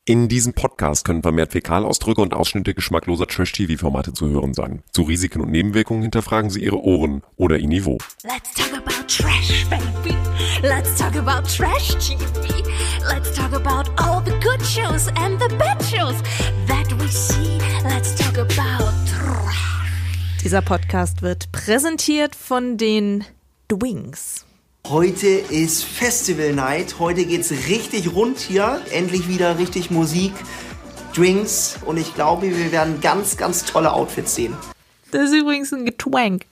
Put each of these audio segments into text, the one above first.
In diesem Podcast können vermehrt Fäkalausdrücke und Ausschnitte geschmackloser Trash-TV-Formate zu hören sein. Zu Risiken und Nebenwirkungen hinterfragen Sie Ihre Ohren oder Ihr Niveau. Let's talk about trash, baby. Let's talk about trash TV. Let's talk about all the good shows and the bad shows that we see. Let's talk about trash. Dieser Podcast wird präsentiert von den Dwings. Heute ist Festival Night. Heute geht's richtig rund hier. Endlich wieder richtig Musik, Drinks und ich glaube, wir werden ganz, ganz tolle Outfits sehen. Das ist übrigens ein Getwank.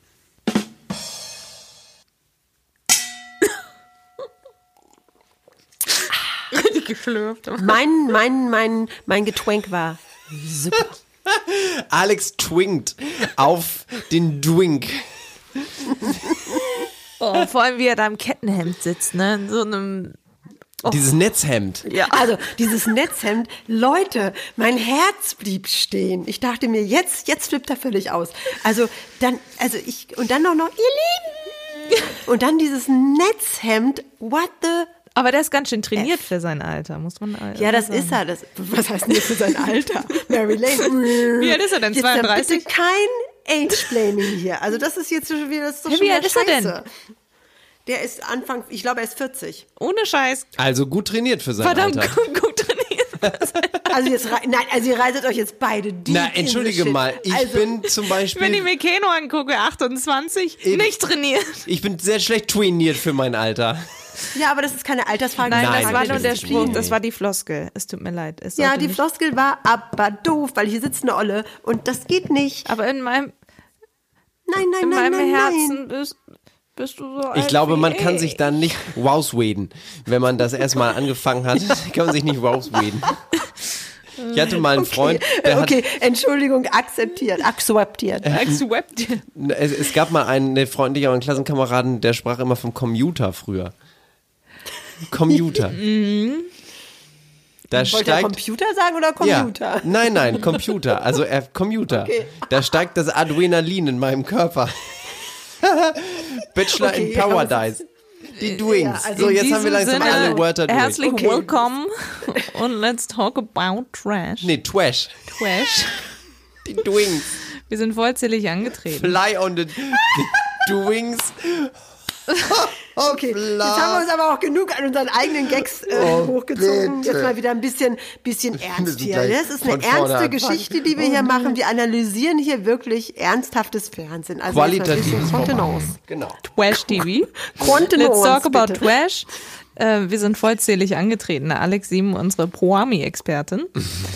Richtig geschlürft. Mein Getwank war super. Alex twinkt auf den Drink. Oh, vor allem, wie er da im Kettenhemd sitzt, ne? In so einem. Oh. Dieses Netzhemd. Ja. Also, dieses Netzhemd, Leute, mein Herz blieb stehen. Ich dachte mir, jetzt flippt er völlig aus. Und dann noch, ihr Lieben! Und dann dieses Netzhemd, what the. Aber der ist ganz schön trainiert für sein Alter, muss man Ja, das sagen. Ist er. Was heißt denn jetzt für sein Alter? Mary Lane. Wie alt ist er denn? 32? Bitte kein Age-Blaming hier. Also das ist jetzt schon wieder, das ist doch schon wie alt ist er denn? Der ist ich glaube, er ist 40. Ohne Scheiß. Also gut trainiert für sein Alter. Verdammt gut trainiert. Also ihr reitet euch jetzt beide die. Na, entschuldige mal, ich bin zum Beispiel... Wenn ich mir Keno angucke, 28, nicht trainiert. Ich bin sehr schlecht trainiert für mein Alter. Ja, aber das ist keine Altersfrage. Nein, das war nur der Spruch, das war die Floskel. Es tut mir leid. Ja, die Floskel war aber doof, weil hier sitzt eine Olle und das geht nicht. Aber in meinem Herzen bist du so alt. Ich glaube, man kann sich da nicht rauswaden. Wenn man das erstmal angefangen hat, kann man sich nicht rauswaden. Ich hatte mal einen Freund, der hat... Entschuldigung, akzeptiert. Es gab mal einen freundlichen, einen Klassenkameraden, der sprach immer vom Commuter früher. Commuter. Wollte er Computer sagen oder Computer? Ja. Nein, Computer. Also Commuter. Okay. Da steigt das Adrenalin in meinem Körper. Bachelor in Paradise. Die Dwings. Ja, so, jetzt haben wir langsam alle Wörter durch. Herzlich willkommen und let's talk about trash. Nee, Twash. Die Dwings. Wir sind vollzählig angetreten. Fly on the Dwings. Okay, jetzt haben wir uns aber auch genug an unseren eigenen Gags hochgezogen. Bitte. Jetzt mal wieder ein bisschen ernst hier. Das ist eine ernste Geschichte, die wir hier machen. Wir analysieren hier wirklich ernsthaftes Fernsehen. Also qualitatives Kontenance. Genau. Trash TV. Kontenance, let's talk about bitte. Trash. Wir sind vollzählig angetreten. Alex Sieben, unsere Pro-Ami-Expertin.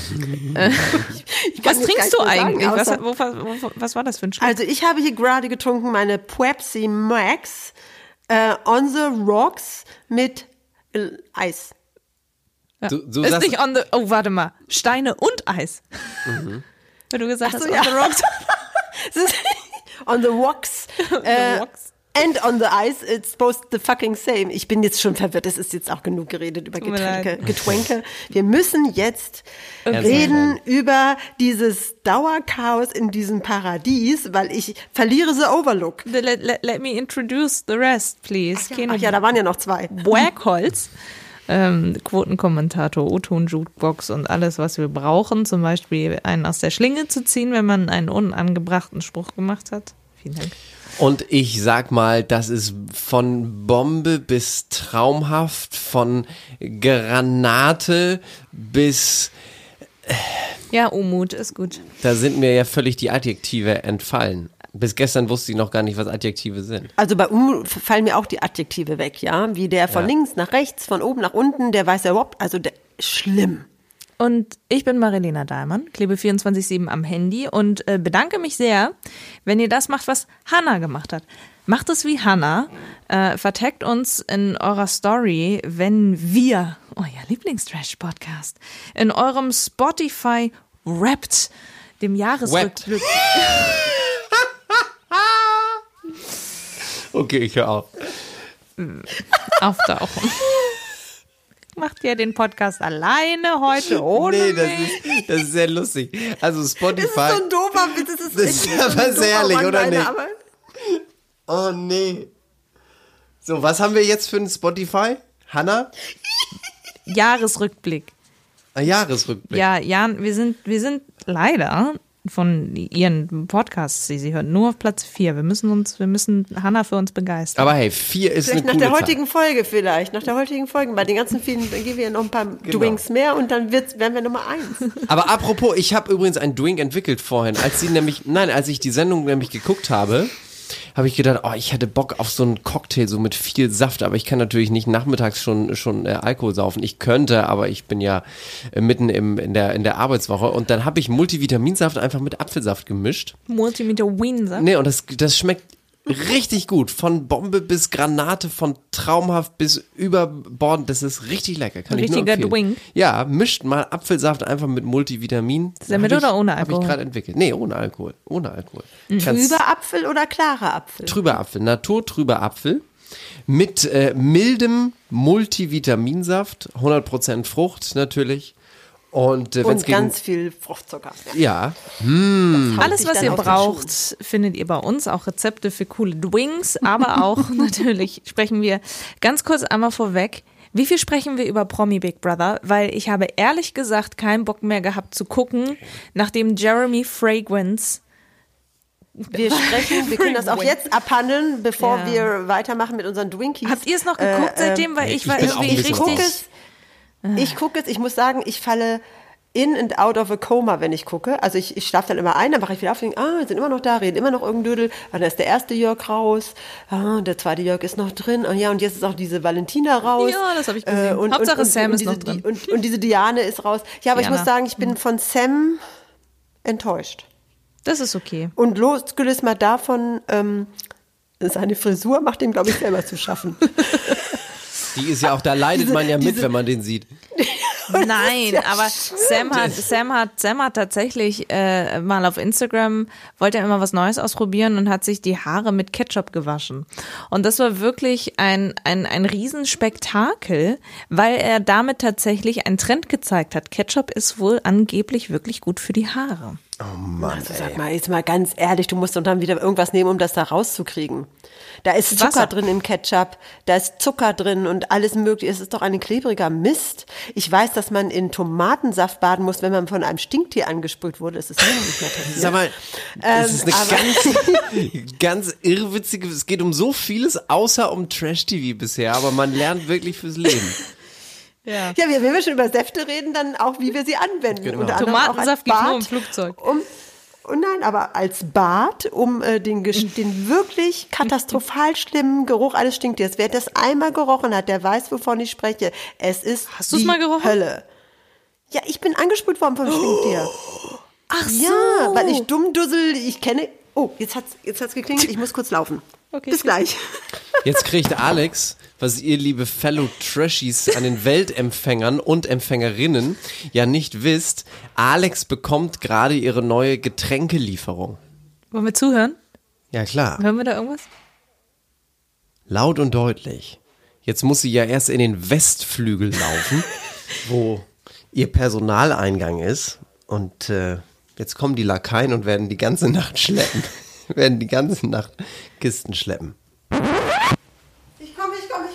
Was trinkst du eigentlich? Was war das für ein Schluck? Also ich habe hier gerade getrunken meine Pepsi Max on the rocks mit Eis. Ja. Ist nicht on the... Oh, warte mal. Steine und Eis. Weil du gesagt hast, on the rocks. On the rocks. And on the ice, it's both the fucking same. Ich bin jetzt schon verwirrt, es ist jetzt auch genug geredet über Getwänke. Wir müssen jetzt reden über dieses Dauerchaos in diesem Paradies, weil ich verliere the Overlook. Let me introduce the rest, please. Ach ja, da waren ja noch zwei. Bergholz, Quotenkommentator, O-Ton-Jukebox und alles, was wir brauchen. Zum Beispiel einen aus der Schlinge zu ziehen, wenn man einen unangebrachten Spruch gemacht hat. Vielen Dank. Und ich sag mal, das ist von Bombe bis traumhaft, von Granate bis... Ja, Umut ist gut. Da sind mir ja völlig die Adjektive entfallen. Bis gestern wusste ich noch gar nicht, was Adjektive sind. Also bei Umut fallen mir auch die Adjektive weg, ja. Wie der von links nach rechts, von oben nach unten, der weiß ja überhaupt, also schlimm. Und ich bin Marilena Dahlmann, klebe 24/7 am Handy und bedanke mich sehr, wenn ihr das macht, was Hannah gemacht hat. Macht es wie Hannah, vertaggt uns in eurer Story, wenn wir, euer Lieblingstrash-Podcast, in eurem Spotify Wrapped, dem Jahresrückblick. Okay, ich höre auf. Auftauchen. Macht ihr den Podcast alleine heute ohne mich? Das ist sehr lustig. Also Spotify. Das ist so ein doofer Witz. Das ist aber sehr ehrlich, oder nicht? Oh nee. So, was haben wir jetzt für ein Spotify? Hannah? Jahresrückblick. Jahresrückblick. Ja, Jan, wir sind leider von ihren Podcasts, die sie hören, nur auf Platz 4. Wir müssen Hannah für uns begeistern. Aber hey, 4 ist Vielleicht eine coole nach der Zahl. heutigen Folge vielleicht. Nach der heutigen Folge. Bei den ganzen vielen, dann gehen wir ja noch ein paar Drinks mehr und dann werden wir Nummer 1. Aber apropos, ich habe übrigens einen Drink entwickelt vorhin. Als ich die Sendung nämlich geguckt habe ich gedacht, ich hätte Bock auf so einen Cocktail, so mit viel Saft, aber ich kann natürlich nicht nachmittags schon Alkohol saufen. Ich könnte, aber ich bin ja mitten in der Arbeitswoche und dann habe ich Multivitaminsaft einfach mit Apfelsaft gemischt. Multivitaminsaft? Nee, und das schmeckt richtig gut. Von Bombe bis Granate, von traumhaft bis überbordend. Das ist richtig lecker. Kann ich nur empfehlen. Drink. Ja, mischt mal Apfelsaft einfach mit Multivitamin. Ist der mit oder ohne Alkohol? Habe ich gerade entwickelt. Nee, ohne Alkohol. Trüber Apfel oder klarer Apfel? Trüber Apfel. Naturtrüber Apfel. Mit mildem Multivitaminsaft. 100% Frucht natürlich. Und ganz viel Fruchtzucker. Ja. Alles, was ihr braucht, findet ihr bei uns. Auch Rezepte für coole Drinks, aber auch natürlich sprechen wir ganz kurz einmal vorweg. Wie viel sprechen wir über Promi Big Brother? Weil ich habe ehrlich gesagt keinen Bock mehr gehabt zu gucken, nachdem Jeremy Fragrance. Wir können das auch jetzt abhandeln, bevor wir weitermachen mit unseren Drinkies. Habt ihr es noch geguckt seitdem? Weil ich war bin auch irgendwie ein bisschen richtig... Ich gucke es, ich muss sagen, ich falle in and out of a coma, wenn ich gucke. Also ich schlafe dann immer ein, dann wache ich wieder auf und denke, sind immer noch da, reden immer noch irgendein Dödel. Und dann ist der erste Jörg raus, der zweite Jörg ist noch drin. Und ja, und jetzt ist auch diese Valentina raus. Ja, das habe ich gesehen. Hauptsache Sam ist noch drin. Und diese Diane ist raus. Ja, aber ich muss sagen, ich bin von Sam enttäuscht. Das ist okay. Und losgelöst mal davon, seine Frisur macht ihm, glaube ich, selber zu schaffen. Die ist ja auch, da leidet man ja mit, wenn man den sieht. Nein, aber Sam hat tatsächlich mal auf Instagram, wollte er immer was Neues ausprobieren und hat sich die Haare mit Ketchup gewaschen. Und das war wirklich ein Riesenspektakel, weil er damit tatsächlich einen Trend gezeigt hat. Ketchup ist wohl angeblich wirklich gut für die Haare. Oh Mann, also sag mal, jetzt mal ganz ehrlich, du musst doch dann wieder irgendwas nehmen, um das da rauszukriegen. Da ist Zucker Wasser drin im Ketchup, da ist Zucker drin und alles mögliche. Es ist doch ein klebriger Mist. Ich weiß, dass man in Tomatensaft baden muss, wenn man von einem Stinktier angesprüht wurde. Es ist mir nicht mehr passiert. Sag mal, das ist eine ganz irrwitzige, es geht um so vieles, außer um Trash-TV bisher, aber man lernt wirklich fürs Leben. Ja, wenn wir schon über Säfte reden, dann auch, wie wir sie anwenden. Genau. Unter anderem Tomatensaft auch als gibt nur im Bad, Flugzeug. Nein, aber als Bad, um den wirklich katastrophal schlimmen Geruch eines Stinktiers. Wer das einmal gerochen hat, der weiß, wovon ich spreche. Es ist Hast du's mal gerochen? Hölle. Ja, ich bin angesprüht worden vom Stinktier. Ach so. Ja, weil ich dummdussel, ich kenne... Oh, jetzt hat's geklingelt, ich muss kurz laufen. Okay, Bis gleich. Jetzt kriegt Alex, was ihr liebe Fellow Trashies an den Weltempfängern und Empfängerinnen ja nicht wisst, Alex bekommt gerade ihre neue Getränkelieferung. Wollen wir zuhören? Ja klar, Hören wir da irgendwas? laut und deutlich. Jetzt muss sie ja erst in den Westflügel laufen, wo ihr Personaleingang ist und jetzt kommen die Lakaien und werden die ganze Nacht schleppen. Werden die ganze Nacht Kisten schleppen. Ich komme.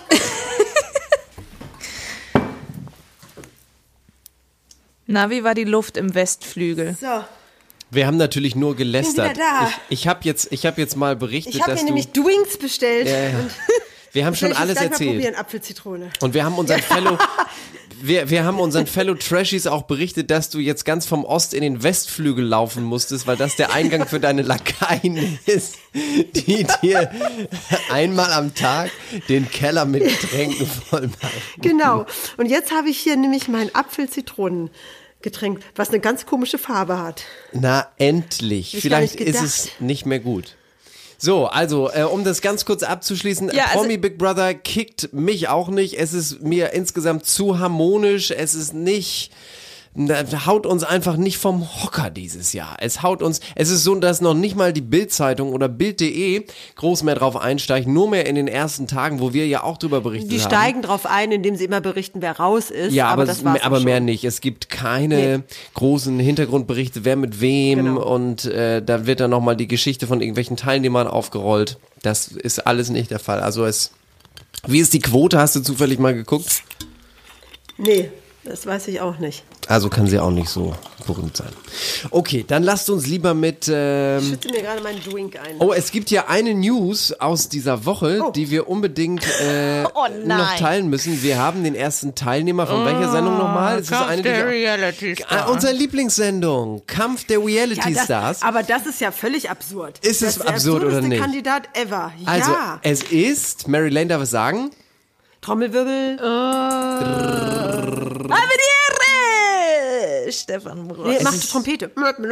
Na, wie war die Luft im Westflügel? So, Wir haben natürlich nur gelästert. Bin wieder da. Ich habe jetzt mal berichtet, ich habe dass mir du... nämlich Drinks bestellt. Und Wir haben schon soll ich alles gleich mal erzählt. probieren, Apfelzitrone. Und wir haben unseren Fellow Trashies auch berichtet, dass du jetzt ganz vom Ost in den Westflügel laufen musstest, weil das der Eingang für deine Lakaien ist, die dir einmal am Tag den Keller mit Getränken voll machen. Genau. Und jetzt habe ich hier nämlich mein Apfelzitronengetränk, was eine ganz komische Farbe hat. Na, endlich. Hab ich Vielleicht gar nicht ist es gedacht. nicht mehr gut. So, also, um das ganz kurz abzuschließen, Ja, also- Promi Big Brother kickt mich auch nicht. Es ist mir insgesamt zu harmonisch. Es ist nicht, haut uns einfach nicht vom Hocker dieses Jahr. Es ist so, dass noch nicht mal die Bild-Zeitung oder Bild.de groß mehr drauf einsteigt, nur mehr in den ersten Tagen, wo wir ja auch drüber berichtet Die haben. steigen drauf ein, indem sie immer berichten, wer raus ist. Ja, aber das war's auch schon. mehr nicht. Es gibt keine großen Hintergrundberichte, wer mit wem Genau. und da wird dann nochmal die Geschichte von irgendwelchen Teilnehmern aufgerollt. Das ist alles nicht der Fall. Also wie ist die Quote? Hast du zufällig mal geguckt? Nee. Das weiß ich auch nicht. Also kann sie auch nicht so berühmt sein. Okay, dann lasst uns lieber mit... Ich schütte mir gerade meinen Drink ein. Oh, es gibt ja eine News aus dieser Woche, die wir unbedingt noch teilen müssen. Wir haben den ersten Teilnehmer von welcher Sendung nochmal? Kampf der Reality Stars. Unsere Lieblingssendung, Kampf der Reality Stars. Aber das ist ja völlig absurd. Ist es absurd oder nicht? Kandidat ever. Also, ja. es ist, Mary Lane darf es sagen, Trommelwirbel. Stefan Bross. Nee, macht Trompete.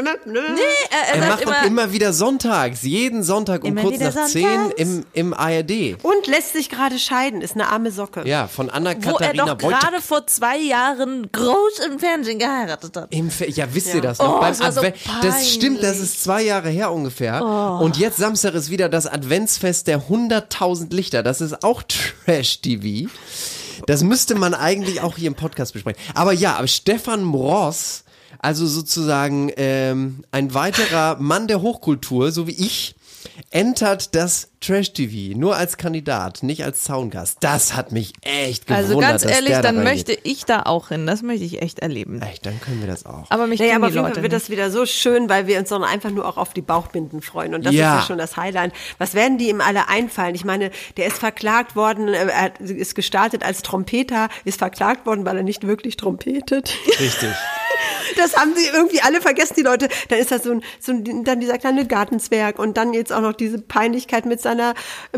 er macht immer wieder sonntags, jeden Sonntag um Immer kurz wieder nach 10 im ARD. Und lässt sich gerade scheiden, ist eine arme Socke. Ja, von Wo er Anna-Katharina doch gerade vor 2 Jahren groß im Fernsehen geheiratet hat. Ja, wisst ihr das noch? Beim das war so das stimmt, das peinlich. ist 2 Jahre her ungefähr. Und jetzt Samstag ist wieder das Adventsfest der 100.000 Lichter. Das ist auch Trash-TV. Das müsste man eigentlich auch hier im Podcast besprechen. Aber Stefan Bross, also sozusagen ein weiterer Mann der Hochkultur, so wie ich, entert das Trash-TV nur als Kandidat, nicht als Zaungast. Das hat mich echt gewundert. Also ganz ehrlich, dass der dann da möchte reingeht. ich da auch hin. Das möchte ich echt erleben. Echt, dann können wir das auch. Aber mich Naja, kennen aber die auf jeden Leute Fall wird nicht. das wieder so schön, weil wir uns dann einfach nur auch auf die Bauchbinden freuen. Und das Ja. ist ja schon das Highlight. Was werden die ihm alle einfallen? Ich meine, der ist verklagt worden, er ist gestartet als Trompeter, ist verklagt worden, weil er nicht wirklich trompetet. Richtig. Das haben sie irgendwie alle vergessen, die Leute. Dann ist das dann dieser kleine Gartenzwerg und dann jetzt auch noch diese Peinlichkeit mit seiner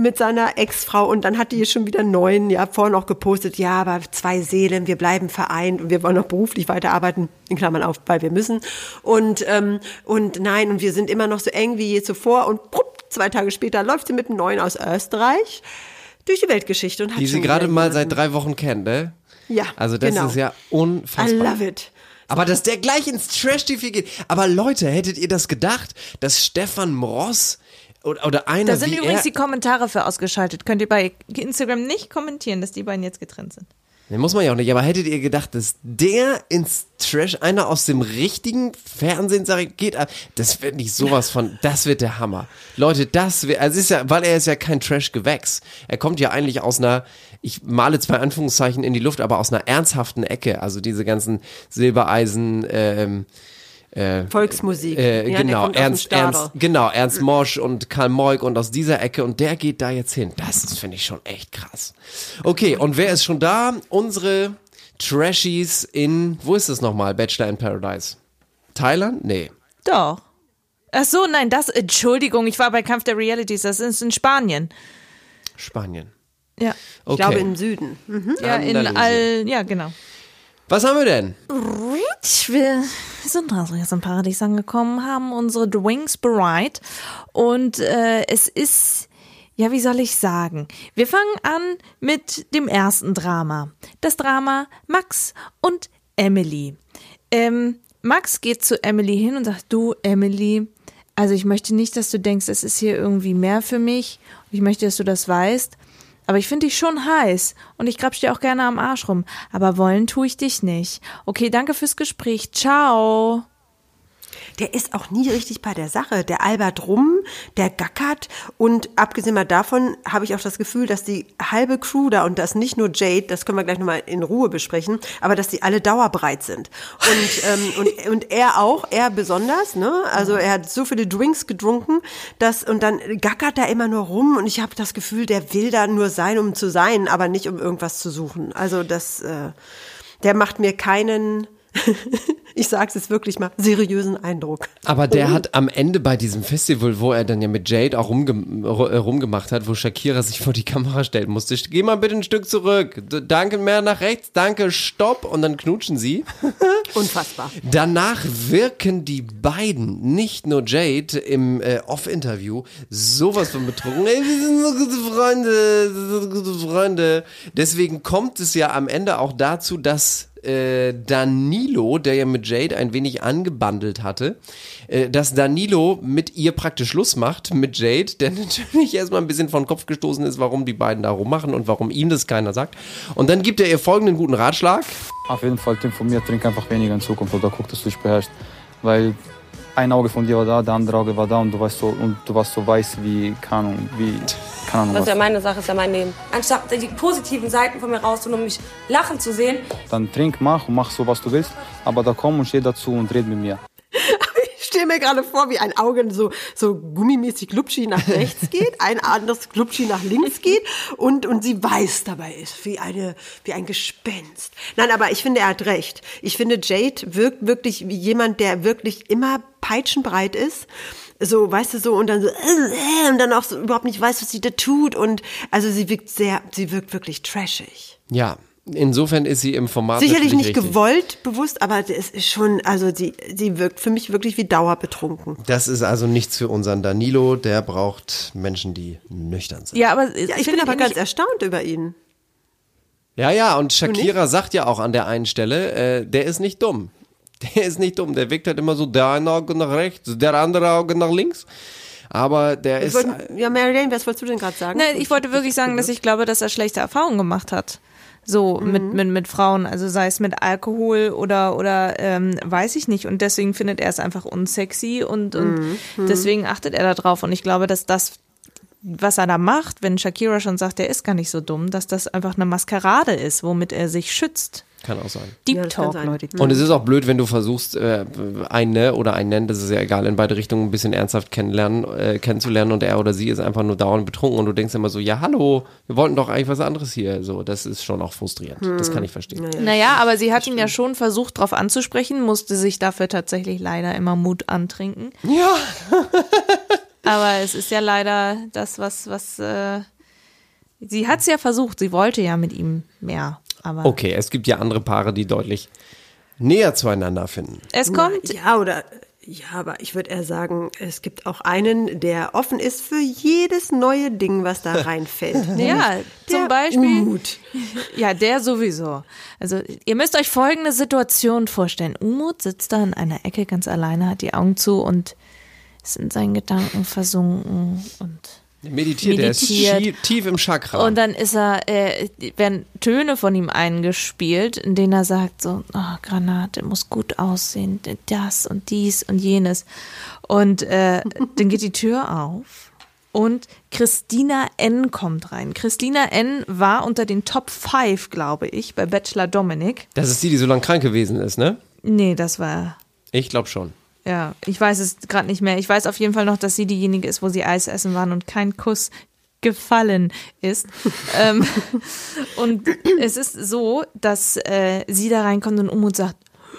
Ex-Frau und dann hat die schon wieder 9, vorhin auch gepostet, ja, aber 2 Seelen, wir bleiben vereint und wir wollen noch beruflich weiterarbeiten, in Klammern auf, weil wir müssen. Und nein, und wir sind immer noch so eng wie je zuvor und 2 Tage später läuft sie mit einem Neuen aus Österreich durch die Weltgeschichte und hat Die sie schon gerade wieder mal jemanden. seit 3 Wochen kennt, ne? Ja, Also das genau. ist ja unfassbar. I love it. Aber dass der gleich ins Trash-TV geht. Aber Leute, hättet ihr das gedacht, dass Stefan Bross oder einer Da sind wie übrigens er... die Kommentare für ausgeschaltet. Könnt ihr bei Instagram nicht kommentieren, dass die beiden jetzt getrennt sind. Ne, muss man ja auch nicht. Aber hättet ihr gedacht, dass der ins Trash, einer aus dem richtigen Fernsehen, sag ich, geht ab? Das wird nicht sowas von, das wird der Hammer. Leute, das wird, also ist ja, weil er ist ja kein Trash-Gewächs. Er kommt ja eigentlich aus einer, ich male 2 Anführungszeichen in die Luft, aber aus einer ernsthaften Ecke. Also diese ganzen Silbereisen, Volksmusik. Der genau, kommt aus dem Stadel. Ernst Mosch und Karl Moik und aus dieser Ecke und der geht da jetzt hin. Das ist, finde ich, schon echt krass. Okay, und wer ist schon da? Unsere Trashies in, wo ist das nochmal? Bachelor in Paradise. Thailand? Nee. Doch. Ach so, nein, Entschuldigung, ich war bei Kampf der Realities, das ist in Spanien. Spanien. Ja. Okay. Ich glaube im Süden. Ja, ja, genau. Was haben wir denn? Wir sind also jetzt im Paradies angekommen, haben unsere Drinks bereit und es ist, ja, wie soll ich sagen, wir fangen an mit dem ersten Drama. Das Drama Max und Emily. Max geht zu Emily hin und sagt, du Emily, also ich möchte nicht, dass du denkst, es ist hier irgendwie mehr für mich. Ich möchte, dass du das weißt. Aber ich finde dich schon heiß und ich grapsch dir auch gerne am Arsch rum. Aber wollen tue ich dich nicht. Okay, danke fürs Gespräch. Ciao. Der ist auch nie richtig bei der Sache. Der albert rum, der gackert und abgesehen mal davon habe ich auch das Gefühl, dass die halbe Crew da und das nicht nur Jade, das können wir gleich nochmal in Ruhe besprechen, aber dass die alle dauerbreit sind. Und er auch, er besonders, ne? Also er hat so viele Drinks getrunken, und dann gackert er immer nur rum und ich habe das Gefühl, der will da nur sein, um zu sein, aber nicht um irgendwas zu suchen. Also der macht mir keinen ich sag's jetzt wirklich mal, seriösen Eindruck. Aber der hat am Ende bei diesem Festival, wo er dann ja mit Jade auch rumgemacht hat, wo Shakira sich vor die Kamera stellen musste, geh mal bitte ein Stück zurück, danke, mehr nach rechts, danke, stopp, und dann knutschen sie. Unfassbar. Danach wirken die beiden, nicht nur Jade im Off-Interview, sowas von betrunken. Ey, wir sind so gute Freunde. Deswegen kommt es ja am Ende auch dazu, dass Danilo, der ja mit Jade ein wenig angebandelt hatte, dass Danilo mit ihr praktisch Schluss macht, mit Jade, der natürlich erstmal ein bisschen von Kopf gestoßen ist, warum die beiden da rummachen und warum ihm das keiner sagt. Und dann gibt er ihr folgenden guten Ratschlag. Auf jeden Fall, Tim, von mir, trink einfach weniger in Zukunft oder guck, dass du dich beherrschst. Weil ein Auge von dir war da, der andere Auge war da und du warst so weiß wie, keine Ahnung, wie keine Ahnung Das ist ja was. meine Sache, ist ja mein Leben. Anstatt die positiven Seiten von mir rauszuholen, um mich lachen zu sehen. Dann trink, mach so, was du willst, aber da komm und steh dazu und red mit mir. Ich stelle mir gerade vor, wie ein Auge so gummimäßig glubschi nach rechts geht, ein anderes glubschi nach links geht und sie weiß dabei ist, wie ein Gespenst. Nein, aber ich finde, er hat recht. Ich finde, Jade wirkt wirklich wie jemand, der wirklich immer peitschenbreit ist. So, weißt du, so, und dann so, und dann auch so überhaupt nicht weiß, was sie da tut. Und also sie wirkt wirklich trashig. Ja, insofern ist sie im Format Sicherlich nicht richtig. gewollt, bewusst, aber es ist schon, also sie wirkt für mich wirklich wie dauerbetrunken. Das ist also nichts für unseren Danilo, der braucht Menschen, die nüchtern sind. Ja, aber Ja, ich bin aber ganz erstaunt über ihn. Ja, und Shakira sagt ja auch an der einen Stelle, der ist nicht dumm. Der ist nicht dumm, der wirkt halt immer so, der eine Auge nach rechts, der andere Auge nach links. Aber der ist... Ja, Marianne, was wolltest du denn gerade sagen? Ne, ich wollte wirklich sagen, dass ich glaube, dass er schlechte Erfahrungen gemacht hat. So mit Frauen, also sei es mit Alkohol oder weiß ich nicht. Und deswegen findet er es einfach unsexy und deswegen achtet er da drauf. Und ich glaube, dass das, was er da macht, wenn Shakira schon sagt, er ist gar nicht so dumm, dass das einfach eine Maskerade ist, womit er sich schützt. Kann auch sein. Deep Ja, das kann Talk, sein. Leute. Und es ist auch blöd, wenn du versuchst, eine oder einen, das ist ja egal, in beide Richtungen ein bisschen ernsthaft kennenzulernen und er oder sie ist einfach nur dauernd betrunken und du denkst immer so, ja hallo, wir wollten doch eigentlich was anderes hier. So, das ist schon auch frustrierend. Das kann ich verstehen. Naja, aber sie hat ihn ja schon versucht, drauf anzusprechen, musste sich dafür tatsächlich leider immer Mut antrinken. Ja. Aber es ist ja leider das, was sie hat es ja versucht, sie wollte ja mit ihm mehr. Aber Okay, es gibt ja andere Paare, die deutlich näher zueinander finden. es kommt, Ja, aber ich würde eher sagen, es gibt auch einen, der offen ist für jedes neue Ding, was da reinfällt. ja, zum Der Beispiel, Umut. ja, der sowieso. Also ihr müsst euch folgende Situation vorstellen. Umut sitzt da in einer Ecke ganz alleine, hat die Augen zu und ist in seinen Gedanken versunken und Meditiert, er ist tief im Chakra. Und dann ist werden Töne von ihm eingespielt, in denen er sagt so, oh, Granate muss gut aussehen, das und dies und jenes. Und dann geht die Tür auf und Christina N. kommt rein. Christina N. war unter den Top 5, glaube ich, bei Bachelor Dominic. Das ist die so lange krank gewesen ist, ne? Nee, das war... Ich glaube schon. Ja, ich weiß es gerade nicht mehr. Ich weiß auf jeden Fall noch, dass sie diejenige ist, wo sie Eis essen waren und kein Kuss gefallen ist. Und es ist so, dass sie da reinkommt und Umut sagt,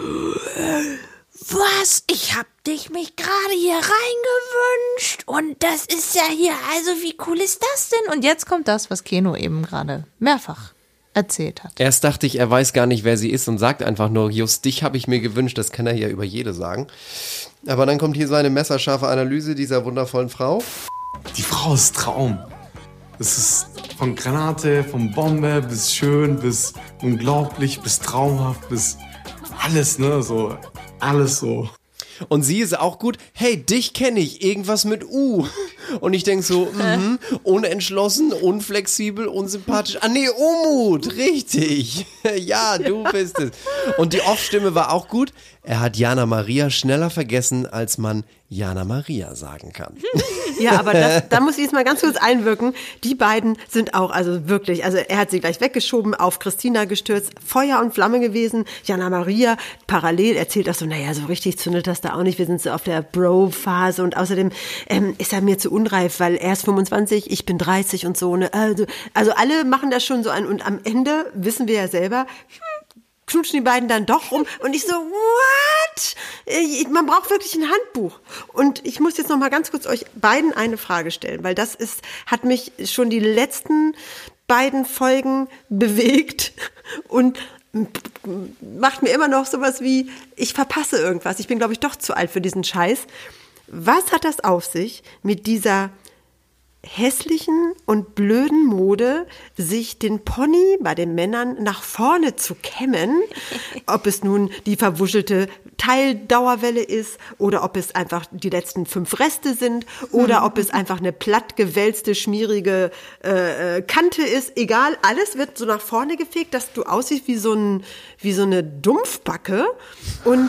Was? Ich hab mich gerade hier reingewünscht. Und das ist ja hier, also wie cool ist das denn? und jetzt kommt das, was Keno eben gerade mehrfach erzählt hat. Erst dachte ich, er weiß gar nicht, wer sie ist und sagt einfach nur, just dich habe ich mir gewünscht, das kann er ja über jede sagen. Aber dann kommt hier so eine messerscharfe Analyse dieser wundervollen Frau. Die Frau ist Traum. Es ist von Granate, von Bombe bis schön, bis unglaublich, bis traumhaft, bis alles, ne, so, alles so. Und sie ist auch gut, hey, dich kenne ich, irgendwas mit U. Und ich denke so, unentschlossen, unflexibel, unsympathisch. Ah nee, Umut, richtig. Ja, du bist es. Und die Off-Stimme war auch gut. Er hat Jana Maria schneller vergessen, als man Jana Maria sagen kann. Ja, aber da muss ich jetzt mal ganz kurz einwirken. Die beiden sind auch, also wirklich, also er hat sie gleich weggeschoben, auf Christina gestürzt, Feuer und Flamme gewesen. Jana Maria parallel erzählt auch so, naja, so richtig zündet das da auch nicht. Wir sind so auf der Bro-Phase und außerdem ist er mir zu unreif, weil er ist 25, ich bin 30 und so. Ne? Also alle machen das schon so an und am Ende wissen wir ja selber, knutschen die beiden dann doch rum und ich so, what? Man braucht wirklich ein Handbuch. Und ich muss jetzt noch mal ganz kurz euch beiden eine Frage stellen, weil das hat mich schon die letzten beiden Folgen bewegt und macht mir immer noch sowas wie, ich verpasse irgendwas. Ich bin, glaube ich, doch zu alt für diesen Scheiß. Was hat das auf sich mit dieser hässlichen und blöden Mode, sich den Pony bei den Männern nach vorne zu kämmen, ob es nun die verwuschelte Teildauerwelle ist oder ob es einfach die letzten 5 Reste sind oder ob es einfach eine plattgewälzte, schmierige Kante ist, egal, alles wird so nach vorne gefegt, dass du aussiehst wie so eine Dumpfbacke und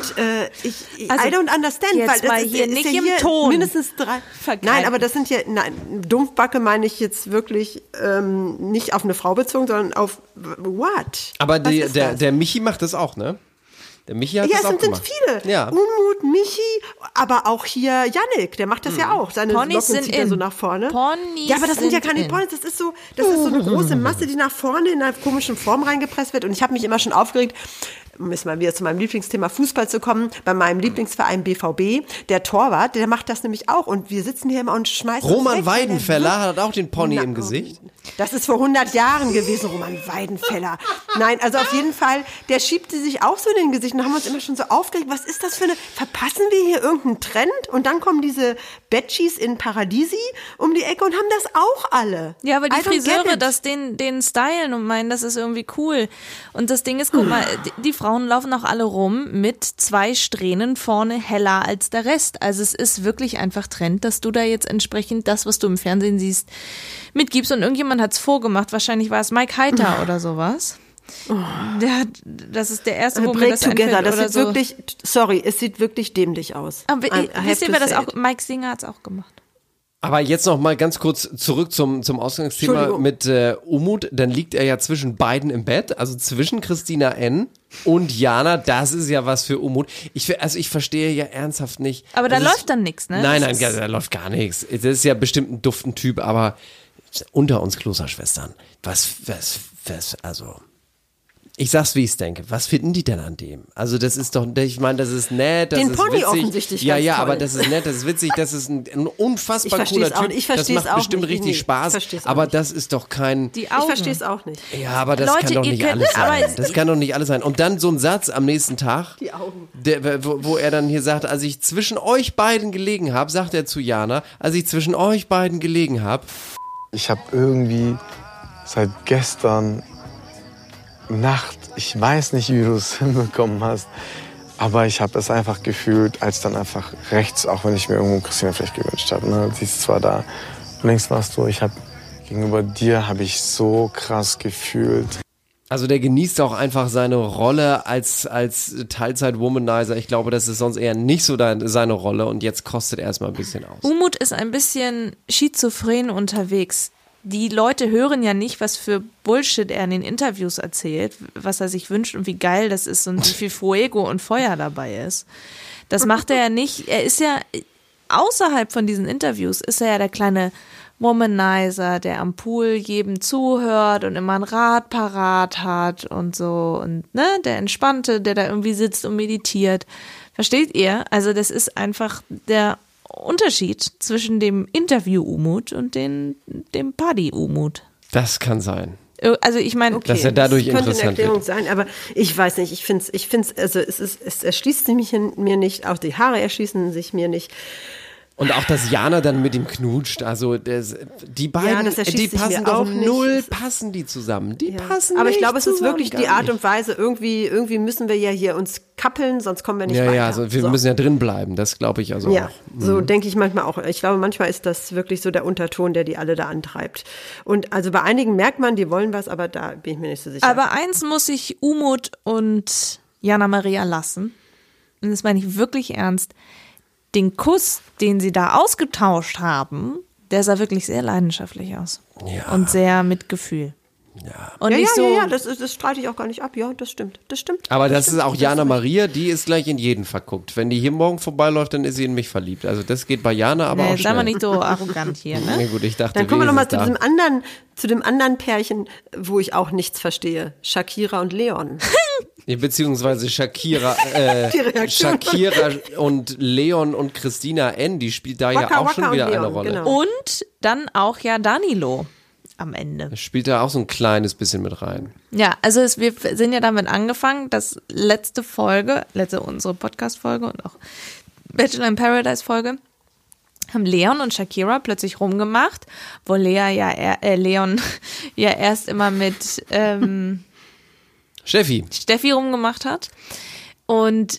I don't understand, jetzt weil mal das hier ist nicht ja im hier Ton mindestens 3. vergreifen. Nein, aber das sind ja, dumpf Schrumpfbacke meine ich jetzt wirklich nicht auf eine Frau bezogen, sondern auf what? Aber der Michi macht das auch, ne? Der Michi hat das auch gemacht. Ja, es sind viele. Ja. Umut, Michi, aber auch hier Yannick, der macht das ja auch. Seine Ponys Locken zieht er so nach vorne. Ponys ja, aber das sind ja keine in. Ponys, das ist so eine große Masse, die nach vorne in einer komischen Form reingepresst wird. Und ich habe mich immer schon aufgeregt, um jetzt mal wieder zu meinem Lieblingsthema Fußball zu kommen, bei meinem Lieblingsverein BVB, der Torwart, der macht das nämlich auch. Und wir sitzen hier immer und schmeißen Roman Weidenfeller hat auch den Pony im Gesicht. Das ist vor 100 Jahren gewesen, Roman Weidenfeller. Nein, also auf jeden Fall, der schiebt sie sich auch so in den Gesicht und haben uns immer schon so aufgeregt. Was ist das für eine, verpassen wir hier irgendeinen Trend? Und dann kommen diese Betchis in Paradiesi um die Ecke und haben das auch alle. Ja, aber die I don't get Friseure it. das den stylen und meinen, das ist irgendwie cool. Und das Ding ist, guck mal, die Frauen laufen auch alle rum mit 2 Strähnen vorne heller als der Rest. Also es ist wirklich einfach Trend, dass du da jetzt entsprechend das, was du im Fernsehen siehst, mitgibst. Und irgendjemand hat's vorgemacht. Wahrscheinlich war es Mike Heiter oder sowas. Das ist der erste, wo mir das Together, einfällt. das Oder sieht so. wirklich, sorry, es sieht wirklich dämlich aus. Aber wisst ihr, wer das say auch, Mike Singer hat's auch gemacht. Aber jetzt noch mal ganz kurz zurück zum Ausgangsthema mit Umut. Dann liegt er ja zwischen beiden im Bett, also zwischen Christina N. und Jana. Das ist ja was für Umut. Ich verstehe ja ernsthaft nicht. Aber da läuft dann nichts, ne? Nein, da läuft gar nichts. Das ist ja bestimmt ein duften Typ, aber unter uns Klosterschwestern. Also... Ich sag's, wie ich's denke. Was finden die denn an dem? Also das ist doch, ich meine, das ist nett, das Den ist Pony witzig. offensichtlich Ja, ganz ja, toll. aber das ist nett, das ist witzig, das ist ein unfassbar cooler Typ. Ich das versteh's macht auch bestimmt nicht. richtig Nee, Spaß. ich versteh's auch Aber nicht. das ist doch kein... Die Augen. Ich verstehe es auch nicht. Ja, aber das Leute, kann doch ihr nicht könnt- alles sein. aber Das kann doch nicht alles sein. Und dann so ein Satz am nächsten Tag, Die Augen. wo er dann hier sagt, als ich zwischen euch beiden gelegen habe, sagt er zu Jana, als ich zwischen euch beiden gelegen habe. Ich habe irgendwie seit gestern Nacht, ich weiß nicht, wie du es hinbekommen hast, aber ich habe es einfach gefühlt, als dann einfach rechts, auch wenn ich mir irgendwo Christina vielleicht gewünscht habe. Ne? Sie ist zwar da, und links warst du, gegenüber dir habe ich so krass gefühlt. Also der genießt auch einfach seine Rolle als Teilzeit-Womanizer. Ich glaube, das ist sonst eher nicht so seine Rolle und jetzt kostet er erstmal ein bisschen aus. Umut ist ein bisschen schizophren unterwegs. Die Leute hören ja nicht, was für Bullshit er in den Interviews erzählt, was er sich wünscht und wie geil das ist und wie viel Fuego und Feuer dabei ist. Das macht er ja nicht. Er ist ja, außerhalb von diesen Interviews, ist er ja der kleine Womanizer, der am Pool jedem zuhört und immer ein Rad parat hat und so. Und ne, der Entspannte, der da irgendwie sitzt und meditiert. Versteht ihr? Also das ist einfach der Unterschied zwischen dem Interview-Umut und dem Party-Umut. Das kann sein. Also ich meine, Okay, dass er dadurch das könnte eine interessant Erklärung wird. sein, aber ich weiß nicht, ich find's, also es erschließt sich mir nicht, auch die Haare erschließen sich mir nicht. Und auch, dass Jana dann mit ihm knutscht, also die beiden, das erschließt die sich passen mir doch auch nicht. null, passen die zusammen. Die passen Aber ich nicht glaube, es ist zusammen, wirklich gar die Art nicht. und Weise, irgendwie müssen wir ja hier uns kappeln, sonst kommen wir nicht Ja, weiter. ja, also wir müssen ja drin bleiben, das glaube ich also Ja, auch. so denke ich manchmal auch. Ich glaube, manchmal ist das wirklich so der Unterton, der die alle da antreibt. Und also bei einigen merkt man, die wollen was, aber da bin ich mir nicht so sicher. aber eins muss ich Umut und Jana Maria lassen. Und das meine ich wirklich ernst. Den Kuss, den sie da ausgetauscht haben, der sah wirklich sehr leidenschaftlich aus. Ja. Und sehr mit Gefühl. Ja. Und ja, nicht so, das streite ich auch gar nicht ab. Ja, das stimmt. Aber das ist auch Jana stimmt. Maria, die ist gleich in jeden verguckt. Wenn die hier morgen vorbeiläuft, dann ist sie in mich verliebt. Also das geht bei Jana aber auch nee, sei mal schnell. nicht so arrogant hier, Na ne? gut, ich dachte, Dann kommen wir nochmal wenigstens zu dem anderen Pärchen, wo ich auch nichts verstehe. Shakira und Leon. Ja, beziehungsweise Shakira und Leon und Christina N., die spielt da ja Waka auch Waka schon wieder und Leon, eine Rolle. genau. Und dann auch ja Danilo am Ende. Spielt da auch so ein kleines bisschen mit rein. Ja, also wir sind ja damit angefangen, dass unsere Podcast-Folge und auch Bachelor in Paradise-Folge, haben Leon und Shakira plötzlich rumgemacht, wo Leon ja erst immer mit Steffi rumgemacht hat. Und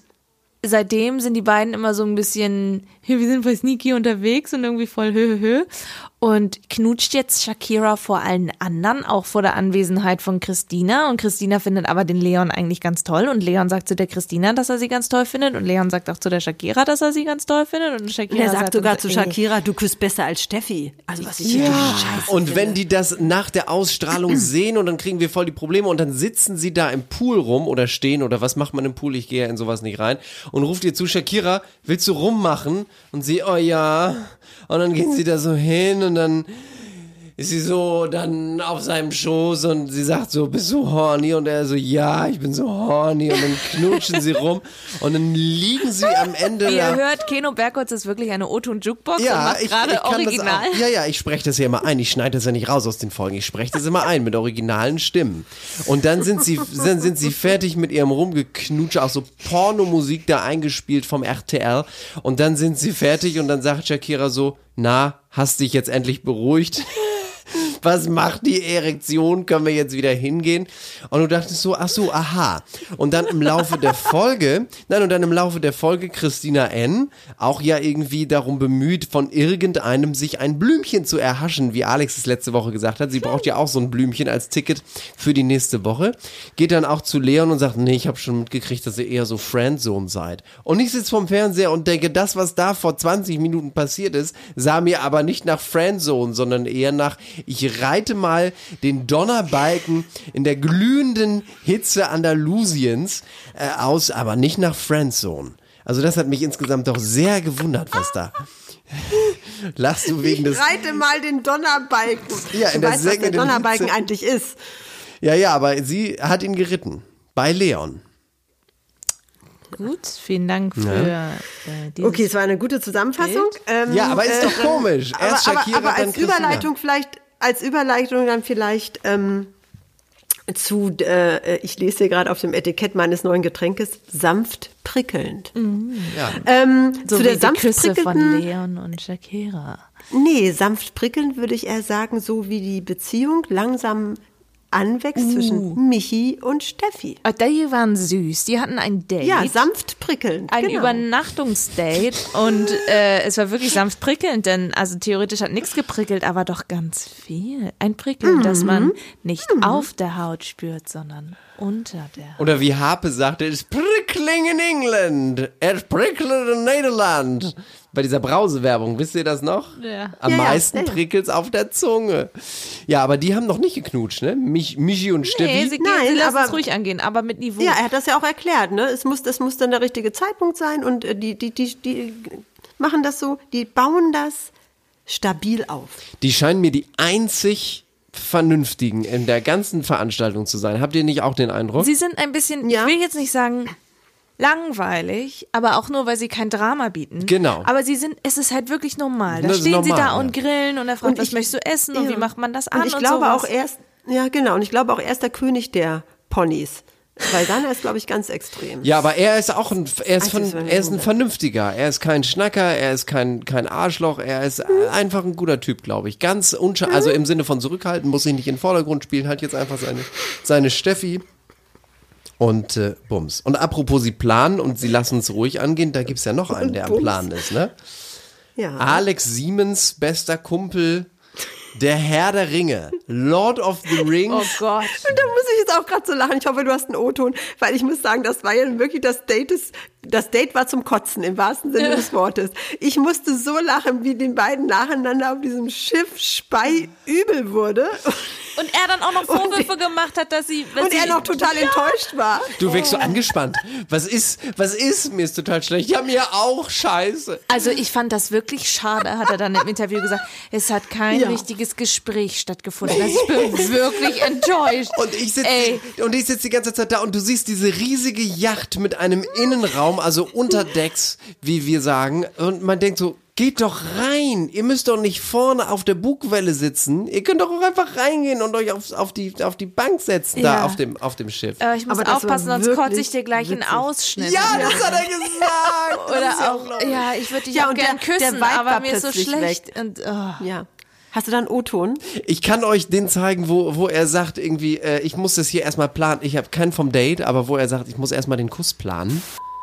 seitdem sind die beiden immer so ein bisschen, wir sind voll sneaky unterwegs und irgendwie voll hö. und knutscht jetzt Shakira vor allen anderen, auch vor der Anwesenheit von Christina. Und Christina findet aber den Leon eigentlich ganz toll. Und Leon sagt zu der Christina, dass er sie ganz toll findet. Und Leon sagt auch zu der Shakira, dass er sie ganz toll findet. Und Shakira er sagt sogar zu ey. Shakira, du küsst besser als Steffi. Also was ich hier scheiße Und finde. wenn die das nach der Ausstrahlung sehen und dann kriegen wir voll die Probleme und dann sitzen sie da im Pool rum oder stehen oder was macht man im Pool? Ich gehe ja in sowas nicht rein. Und ruft ihr zu, Shakira, willst du rummachen? Und sie, oh ja. Und dann gehen sie da so hin und dann ist sie so dann auf seinem Schoß und sie sagt so, bist du horny? Und er so, ja, ich bin so horny. Und dann knutschen sie rum und dann liegen sie am Ende Wie da. ihr hört, Keno Bergholz ist wirklich eine O-Ton-Jukebox und Ja, macht gerade kann Original. Das auch. Ja, ich spreche das ja immer ein. Ich schneide das ja nicht raus aus den Folgen. Ich spreche das immer ein mit originalen Stimmen. Und dann sind sie fertig mit ihrem Rumgeknutsche, auch so Pornomusik da eingespielt vom RTL. Und dann sind sie fertig und dann sagt Shakira so, na, hast dich jetzt endlich beruhigt? Was macht die Erektion? Können wir jetzt wieder hingehen? Und du dachtest so, ach so, aha. Und dann im Laufe der Folge, Christina N. auch ja irgendwie darum bemüht, von irgendeinem sich ein Blümchen zu erhaschen, wie Alex es letzte Woche gesagt hat. Sie braucht ja auch so ein Blümchen als Ticket für die nächste Woche. Geht dann auch zu Leon und sagt, nee, ich habe schon mitgekriegt, dass ihr eher so Friendzone seid. Und ich sitze vorm Fernseher und denke, das, was da vor 20 Minuten passiert ist, sah mir aber nicht nach Friendzone, sondern eher nach, ich reite mal den Donnerbalken in der glühenden Hitze Andalusiens aus, aber nicht nach Friendzone. Also das hat mich insgesamt doch sehr gewundert, was da... Lachst du wegen des... Ich reite mal den Donnerbalken. Ja, in du der weißt, was der sengenden Donnerbalken Hitze. eigentlich ist. Ja, aber sie hat ihn geritten. Bei Leon. Gut, vielen Dank für dieses Okay, es war eine gute Zusammenfassung. Ja, aber ist doch komisch. Erst Shakira, aber dann als Christina. Überleitung dann vielleicht zu, ich lese hier gerade auf dem Etikett meines neuen Getränkes, sanft prickelnd. so zu wie der die sanft Küsse von prickelnden, Leon und Shakira. Nee, sanft prickelnd würde ich eher sagen, so wie die Beziehung langsam anwächst zwischen Michi und Steffi. Oh, die waren süß. Die hatten ein Date. Ja, sanft prickelnd. Ein genau. Übernachtungsdate und es war wirklich sanft prickelnd, denn also theoretisch hat nichts geprickelt, aber doch ganz viel. Ein Prickeln, das man nicht auf der Haut spürt, sondern unter der Haut. Oder wie Harpe sagte, it's prickling in England, it's prickling in Nederland. Bei dieser Brausewerbung, wisst ihr das noch? Ja. Am meisten prickelt's auf der Zunge. Ja, aber die haben noch nicht geknutscht, ne? Michi und Steffi. Sie Nein, lassen aber- es ruhig angehen, aber mit Niveau. Ja, er hat das ja auch erklärt, ne? Es muss dann der richtige Zeitpunkt sein und die machen das so, die bauen das stabil auf. Die scheinen mir die einzig Vernünftigen in der ganzen Veranstaltung zu sein. Habt ihr nicht auch den Eindruck? Sie sind ein bisschen, Ja. ich will jetzt nicht sagen langweilig, aber auch nur, weil sie kein Drama bieten. Genau. Aber es ist halt wirklich normal. Da Das ist stehen sie normal, da ja. und grillen und er fragt, Und was ich- möchtest du essen und Ja. wie macht man das an Und ich glaube sowas. auch erst der König der Ponys. Weil dann ist, glaube ich, ganz extrem. Ja, aber er ist auch ein Vernünftiger. Er ist kein Schnacker, er ist kein Arschloch, er ist einfach ein guter Typ, glaube ich. Ganz also im Sinne von zurückhalten, muss sich nicht in den Vordergrund spielen, hat jetzt einfach seine Steffi und Bums. Und apropos sie planen und sie lassen es ruhig angehen, da gibt's ja noch einen, der am Bums. Plan ist, ne? Ja. Alex Siemens, bester Kumpel, der Herr der Ringe, Lord of the Rings. Oh Gott. Und da muss ich jetzt auch gerade so lachen. Ich hoffe, du hast einen O-Ton, weil ich muss sagen, das war ja wirklich das Date war zum Kotzen im wahrsten Sinne des Wortes. Ich musste so lachen, wie den beiden nacheinander auf diesem Schiff Spei übel wurde. Und er dann auch noch Vorwürfe gemacht hat, dass sie... Und er noch total enttäuscht war. Du wirkst so angespannt. Was ist? Mir ist total schlecht. Ja, mir auch, scheiße. Also ich fand das wirklich schade, hat er dann im Interview gesagt. Es hat kein richtiges Gespräch stattgefunden. Also ich bin wirklich enttäuscht. Und ich sitze die ganze Zeit da und du siehst diese riesige Yacht mit einem Innenraum, also Unterdecks, wie wir sagen. Und man denkt so, geht doch rein. Ihr müsst doch nicht vorne auf der Bugwelle sitzen. Ihr könnt doch auch einfach reingehen und euch auf die Bank setzen, da Ja. auf dem Schiff. Ich muss Aber das aufpassen, war sonst kotze ich wirklich dir gleich einen witzig. Ausschnitt. Ja, das hat er gesagt. Das ist ja Oder auch, unglaublich. ja, ich würde dich Ja, auch und gern der küssen, Vibe war aber mir ist so plötzlich schlecht. weg. Und, Ja. Hast du da einen O-Ton? Ich kann euch den zeigen, wo er sagt irgendwie, ich muss das hier erstmal planen. Ich habe keinen vom Date, aber wo er sagt, ich muss erstmal den Kuss planen.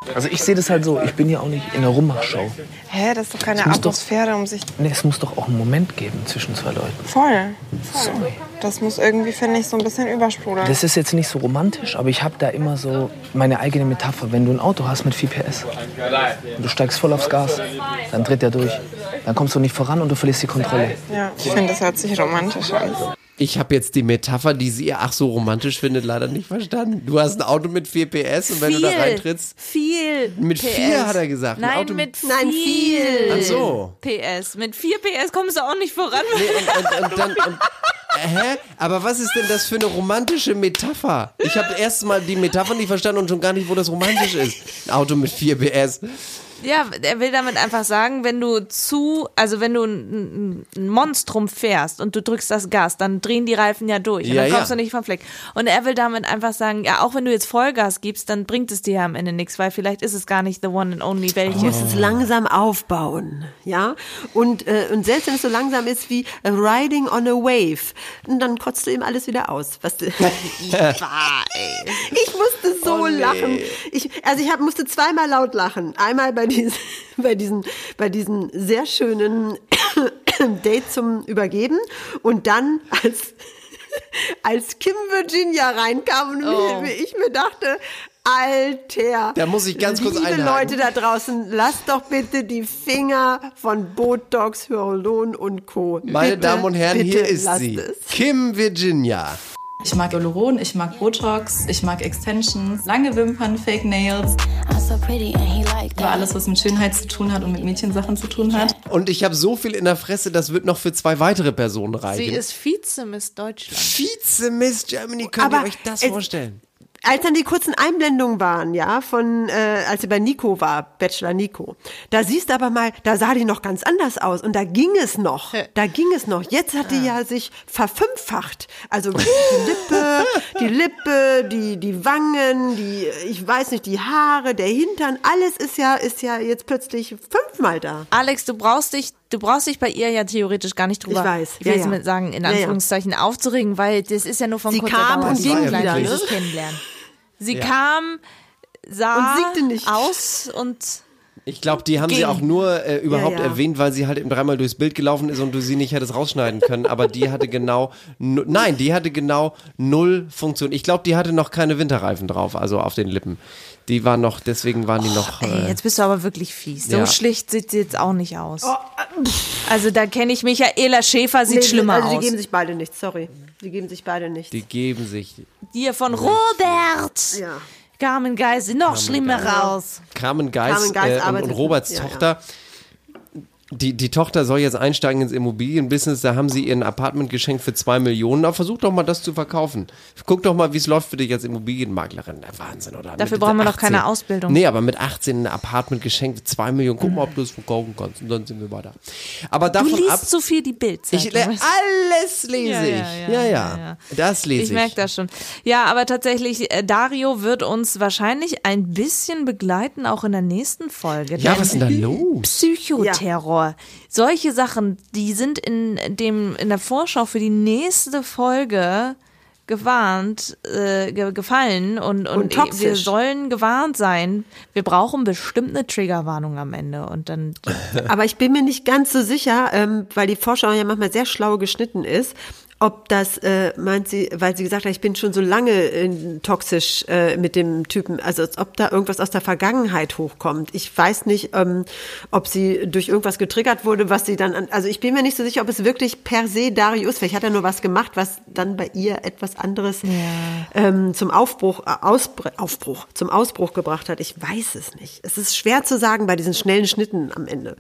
Also ich sehe das halt so, ich bin ja auch nicht in der Rummachshow. Hä, das ist doch keine Atmosphäre, um sich... Nee, es muss doch auch einen Moment geben zwischen zwei Leuten. Voll. Das muss irgendwie, finde ich, so ein bisschen übersprudeln. Das ist jetzt nicht so romantisch, aber ich habe da immer so meine eigene Metapher. Wenn du ein Auto hast mit 4 PS und du steigst voll aufs Gas, dann dreht der durch. Dann kommst du nicht voran und du verlierst die Kontrolle. Ja, ich finde, das hört sich romantisch an. Ich habe jetzt die Metapher, die sie ach so romantisch findet, leider nicht verstanden. Du hast ein Auto mit 4 PS und wenn du da reintrittst... Mit PS. 4 hat er gesagt. Nein, Auto mit viel. Ach so. PS. Mit 4 PS kommst du auch nicht voran. Nee, und dann... Hä? Aber was ist denn das für eine romantische Metapher? Ich habe erst mal die Metapher nicht verstanden und schon gar nicht, wo das romantisch ist. Ein Auto mit 4 PS. Ja, er will damit einfach sagen, wenn du ein Monstrum fährst und du drückst das Gas, dann drehen die Reifen ja durch und dann kommst du nicht vom Fleck. Und er will damit einfach sagen, ja, auch wenn du jetzt Vollgas gibst, dann bringt es dir ja am Ende nichts, weil vielleicht ist es gar nicht the one and only welche. Du musst es langsam aufbauen, ja? Und selbst wenn es so langsam ist wie riding on a wave, und dann kotzt du eben alles wieder aus. Was du ich musste so lachen. Ich musste zweimal laut lachen. Einmal bei diesen sehr schönen Date zum Übergeben und dann als Kim Virginia reinkam und ich mir dachte, Alter, da muss ich ganz kurz liebe Leute da draußen, lasst doch bitte die Finger von Botox, Hyaluron und Co. Meine bitte, Damen und Herren, hier ist lasst sie, es. Kim Virginia. Ich mag Hyaluron, ich mag Botox, ich mag Extensions, lange Wimpern, Fake Nails. Aber alles, was mit Schönheit zu tun hat und mit Mädchensachen zu tun hat. Und ich habe so viel in der Fresse, das wird noch für 2 weitere Personen reichen. Sie ist Vize-Miss Deutschland. Vize-Miss Germany, könnt ihr euch das vorstellen? Als dann die kurzen Einblendungen waren, ja, als sie bei Nico war, Bachelor Nico, da siehst du aber mal, da sah die noch ganz anders aus und da ging es noch. Jetzt hat die ja sich verfünffacht. Also die Lippe, die Wangen, ich weiß nicht, die Haare, der Hintern, alles ist ja jetzt plötzlich 5-mal da. Alex, du brauchst dich bei ihr ja theoretisch gar nicht drüber, ich will jetzt sagen, in Anführungszeichen aufzuregen, weil das ist ja nur von kurzer Dauer. Sie kam und ging wieder, ne? Kennenlernen. Sie kam, sah und siegte nicht aus und ich glaube, die haben sie auch nur erwähnt, weil sie halt eben 3-mal durchs Bild gelaufen ist und du sie nicht hättest rausschneiden können. Aber die hatte genau 0 Funktion. Ich glaube, die hatte noch keine Winterreifen drauf, also auf den Lippen. Die waren noch, deswegen waren die noch... jetzt bist du aber wirklich fies. So schlicht sieht sie jetzt auch nicht aus. Also da kenne ich Michaela Schäfer, sieht schlimmer aus. Die geben sich beide nichts, sorry. Die geben sich beide nichts. Die geben sich... Die von Robert! Ja. Carmen Geis sieht noch schlimmer raus. Carmen Geis und Roberts Tochter. Die Tochter soll jetzt einsteigen ins Immobilienbusiness, da haben sie ihr ein Apartment geschenkt für 2 Millionen. Aber versuch doch mal, das zu verkaufen. Guck doch mal, wie es läuft für dich als Immobilienmaklerin. Der Wahnsinn, oder? Dafür brauchen wir noch keine Ausbildung. Nee, aber mit 18 ein Apartment geschenkt für 2 Millionen. Guck mal, ob du es verkaufen kannst. Und dann sind wir weiter. Aber davon du liest so viel die Bild-Zeitung. Alles lese ich. Ja. Das lese ich. Ich merke das schon. Ja, aber tatsächlich, Dario wird uns wahrscheinlich ein bisschen begleiten, auch in der nächsten Folge. Ja, was ist denn da los? Psychoterror. Solche Sachen, die sind in der Vorschau für die nächste Folge gefallen und wir sollen gewarnt sein. Wir brauchen bestimmt eine Triggerwarnung am Ende und dann. Aber ich bin mir nicht ganz so sicher, weil die Vorschau ja manchmal sehr schlau geschnitten ist, ob das, meint sie, weil sie gesagt hat, ich bin schon so lange toxisch mit dem Typen, also als ob da irgendwas aus der Vergangenheit hochkommt. Ich weiß nicht, ob sie durch irgendwas getriggert wurde, was sie dann, also ich bin mir nicht so sicher, ob es wirklich per se Dario ist. Vielleicht hat er nur was gemacht, was dann bei ihr etwas anderes zum Ausbruch gebracht hat. Ich weiß es nicht. Es ist schwer zu sagen bei diesen schnellen Schnitten am Ende.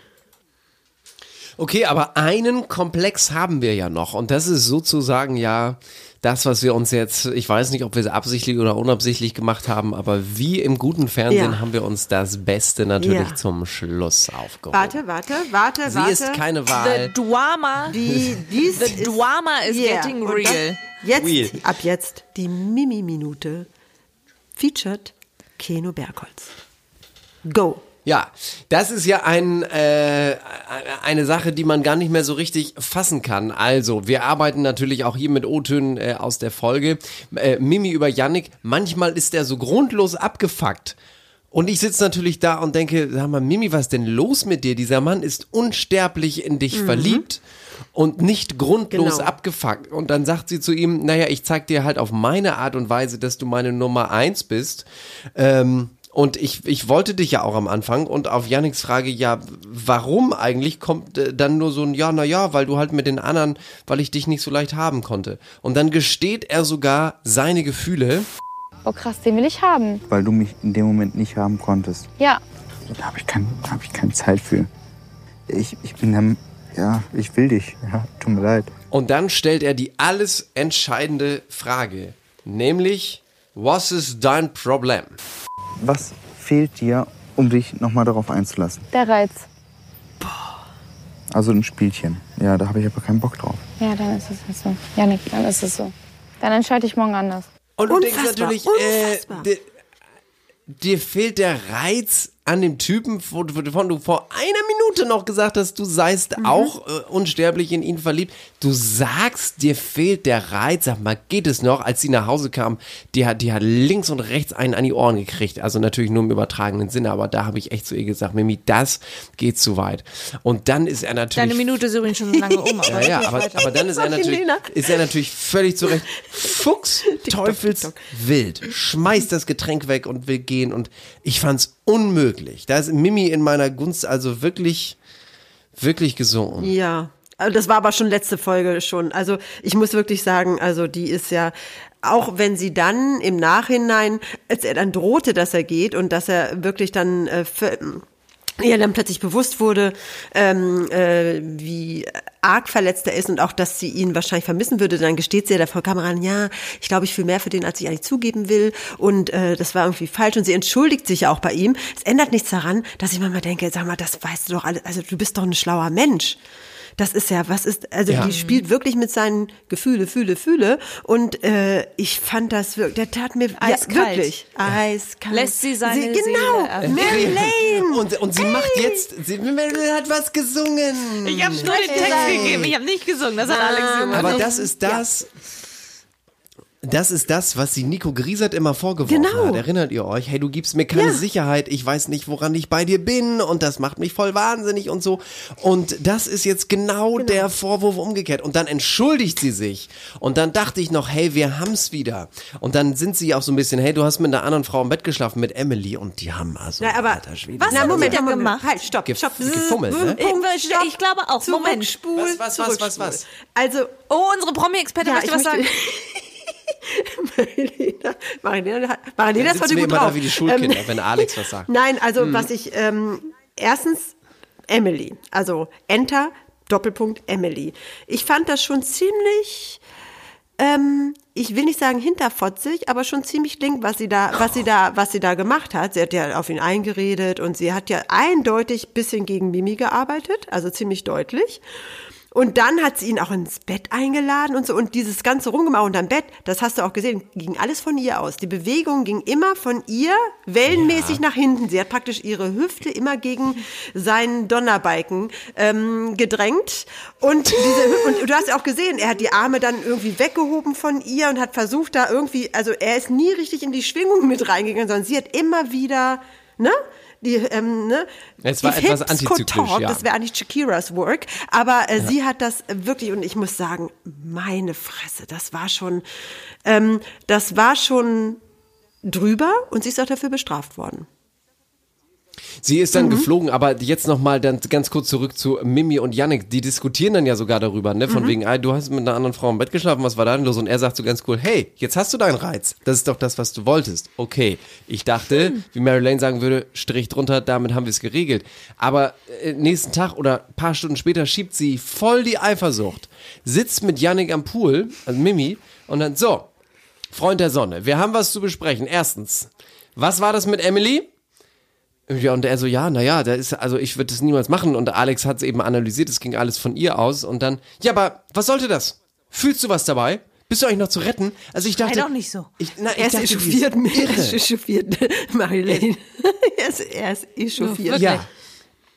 Okay, aber einen Komplex haben wir ja noch und das ist sozusagen ja das, was wir uns jetzt, ich weiß nicht, ob wir es absichtlich oder unabsichtlich gemacht haben, aber wie im guten Fernsehen haben wir uns das Beste natürlich zum Schluss aufgehoben. Warte. Sie ist keine Wahl. The drama is getting real. Ab jetzt die Mimi-Minute featured Keno Bergholz. Go! Ja, das ist ja eine Sache, die man gar nicht mehr so richtig fassen kann. Also, wir arbeiten natürlich auch hier mit O-Tönen aus der Folge. Mimi über Yannick, manchmal ist er so grundlos abgefuckt. Und ich sitze natürlich da und denke, sag mal, Mimi, was ist denn los mit dir? Dieser Mann ist unsterblich in dich verliebt und nicht grundlos abgefuckt. Und dann sagt sie zu ihm, naja, ich zeig dir halt auf meine Art und Weise, dass du meine Nummer 1 bist. Und ich wollte dich ja auch am Anfang, und auf Yannicks Frage, ja, warum eigentlich, kommt dann nur so ein ja, naja, weil du halt mit den anderen, weil ich dich nicht so leicht haben konnte. Und dann gesteht er sogar seine Gefühle. Oh krass, den will ich haben. Weil du mich in dem Moment nicht haben konntest. Ja. Da habe ich keine Zeit für. Ich bin dann, ja, ich will dich. Ja, tut mir leid. Und dann stellt er die alles entscheidende Frage, nämlich, was ist dein Problem? Was fehlt dir, um dich nochmal darauf einzulassen? Der Reiz. Also ein Spielchen. Ja, da habe ich aber keinen Bock drauf. Ja, dann ist es halt so. Janik, dann ist es so. Dann entscheide ich morgen anders. Und du denkst natürlich, dir fehlt der Reiz an dem Typen, wovon du vor einer Minute noch gesagt hast, du seist auch unsterblich in ihn verliebt. Du sagst, dir fehlt der Reiz. Sag mal, geht es noch? Als sie nach Hause kam, die hat links und rechts einen an die Ohren gekriegt. Also natürlich nur im übertragenen Sinne, aber da habe ich echt zu ihr gesagt, Mimi, geht zu weit. Und dann ist er natürlich... Deine Minute ist übrigens schon so lange um. Aber dann ist er natürlich völlig zu Recht Fuchs, teufelswild, schmeißt das Getränk weg und will gehen, und ich fand's unmöglich. Da ist Mimi in meiner Gunst also wirklich, wirklich gesunken. Ja, das war aber schon letzte Folge schon. Also ich muss wirklich sagen, also die ist ja, auch wenn sie dann im Nachhinein, als er dann drohte, dass er geht und dass er wirklich dann ihr dann plötzlich bewusst wurde, wie arg verletzt er ist und auch, dass sie ihn wahrscheinlich vermissen würde, dann gesteht sie ja vor Kamera an, ja, ich glaube, ich fühle mehr für den, als ich eigentlich zugeben will, und das war irgendwie falsch, und sie entschuldigt sich ja auch bei ihm. Es ändert nichts daran, dass ich manchmal denke, sag mal, das weißt du doch alles, also du bist doch ein schlauer Mensch. Das ist ja, die spielt wirklich mit seinen Gefühle, Fühle. Und ich fand das wirklich, der tat mir wirklich eiskalt. Lässt sie seine Seele Marlene! Und sie macht jetzt, sie hat was gesungen. Ich habe nur den Text gegeben, ich habe nicht gesungen, das hat Alex gesungen. Aber das ist das... Das ist das, was sie Nico Griesert immer vorgeworfen hat. Erinnert ihr euch? Hey, du gibst mir keine Sicherheit, ich weiß nicht, woran ich bei dir bin, und das macht mich voll wahnsinnig und so. Und das ist jetzt genau der Vorwurf umgekehrt. Und dann entschuldigt sie sich. Und dann dachte ich noch, hey, wir haben's wieder. Und dann sind sie auch so ein bisschen, hey, du hast mit einer anderen Frau im Bett geschlafen, mit Emily, und die haben also... Na, aber was haben sie denn gemacht? Halt, stopp. Gefummelt, ne? Ich glaube auch. Moment. Was? Also, unsere Promi-Experte möchte was sagen. Marlene ist heute gut drauf. Da wie die Schulkinder, wenn Alex was sagt. Nein, also was ich, erstens Emily, also Enter, Doppelpunkt Emily. Ich fand das schon ziemlich, ich will nicht sagen hinterfotzig, aber schon ziemlich link, was sie da gemacht hat. Sie hat ja auf ihn eingeredet, und sie hat ja eindeutig ein bisschen gegen Mimi gearbeitet, also ziemlich deutlich. Und dann hat sie ihn auch ins Bett eingeladen und so. Und dieses ganze Rumgemacht unterm Bett, das hast du auch gesehen, ging alles von ihr aus. Die Bewegung ging immer von ihr wellenmäßig nach hinten. Sie hat praktisch ihre Hüfte immer gegen seinen Donnerbalken gedrängt. Und du hast ja auch gesehen, er hat die Arme dann irgendwie weggehoben von ihr und hat versucht da irgendwie, also er ist nie richtig in die Schwingung mit reingegangen, sondern sie hat immer wieder, Es war etwas antizyklisch, ja. Das wäre eigentlich Shakiras Work, aber sie hat das wirklich, und ich muss sagen, meine Fresse, das war schon drüber, und sie ist auch dafür bestraft worden. Sie ist dann geflogen, aber jetzt nochmal dann ganz kurz zurück zu Mimi und Yannick. Die diskutieren dann ja sogar darüber, ne? Von wegen, du hast mit einer anderen Frau im Bett geschlafen, was war da denn los? Und er sagt so ganz cool, hey, jetzt hast du deinen Reiz. Das ist doch das, was du wolltest. Okay, ich dachte, wie Mary Lane sagen würde, Strich drunter, damit haben wir es geregelt. Aber nächsten Tag oder ein paar Stunden später schiebt sie voll die Eifersucht, sitzt mit Yannick am Pool, also Mimi, und dann so, Freund der Sonne, wir haben was zu besprechen. Erstens, was war das mit Emily? Ja, und er so, ich würde das niemals machen. Und Alex hat es eben analysiert, es ging alles von ihr aus. Und dann, ja, aber was sollte das? Fühlst du was dabei? Bist du eigentlich noch zu retten? Also ich dachte... Doch nicht so. Er ist echauffiert, Marilene. Er ist echauffiert. Ja.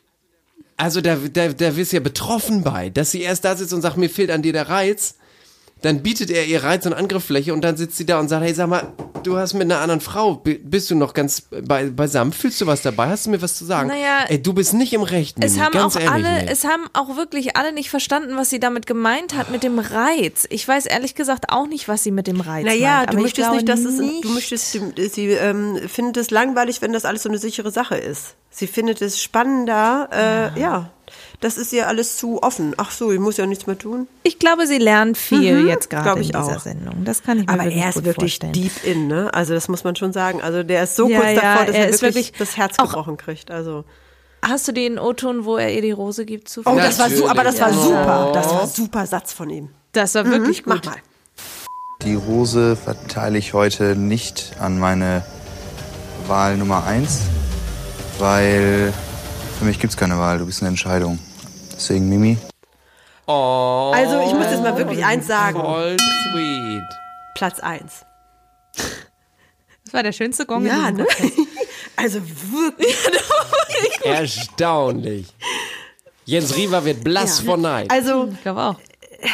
Also da wirst du ja betroffen bei, dass sie erst da sitzt und sagt, mir fehlt an dir der Reiz. dann bietet er ihr Reiz- und Angriffsfläche und dann sitzt sie da und sagt, hey, sag mal, du hast mit einer anderen Frau, bist du noch ganz beisammen? Fühlst du was dabei? Hast du mir was zu sagen? Naja, ey, du bist nicht im Recht, Mimi, es haben auch wirklich alle nicht verstanden, was sie damit gemeint hat, mit dem Reiz. Ich weiß ehrlich gesagt auch nicht, was sie mit dem Reiz meint. Du möchtest nicht, dass sie findet es langweilig, wenn das alles so eine sichere Sache ist. Sie findet es spannender, das ist ihr alles zu offen. Ach so, ich muss ja nichts mehr tun. Ich glaube, sie lernt viel jetzt gerade in dieser Sendung. Das kann ich mir wirklich gut vorstellen. Aber er ist wirklich deep in, ne? Also das muss man schon sagen. Also der ist so kurz davor, dass er wirklich das Herz gebrochen kriegt. Also hast du den O-Ton, wo er ihr die Rose gibt? Oh, das war super. Das war super Satz von ihm. Das war wirklich gut. Mach mal. Die Rose verteile ich heute nicht an meine Wahl Nummer 1, weil für mich gibt es keine Wahl, du bist eine Entscheidung. Deswegen Mimi. Oh, also ich muss jetzt mal wirklich eins sagen. Voll sweet. Platz 1. Das war der schönste Gong. Ja, ne? Also wirklich. Erstaunlich. Jens Riewer wird blass vor Neid. Also, ich glaube auch.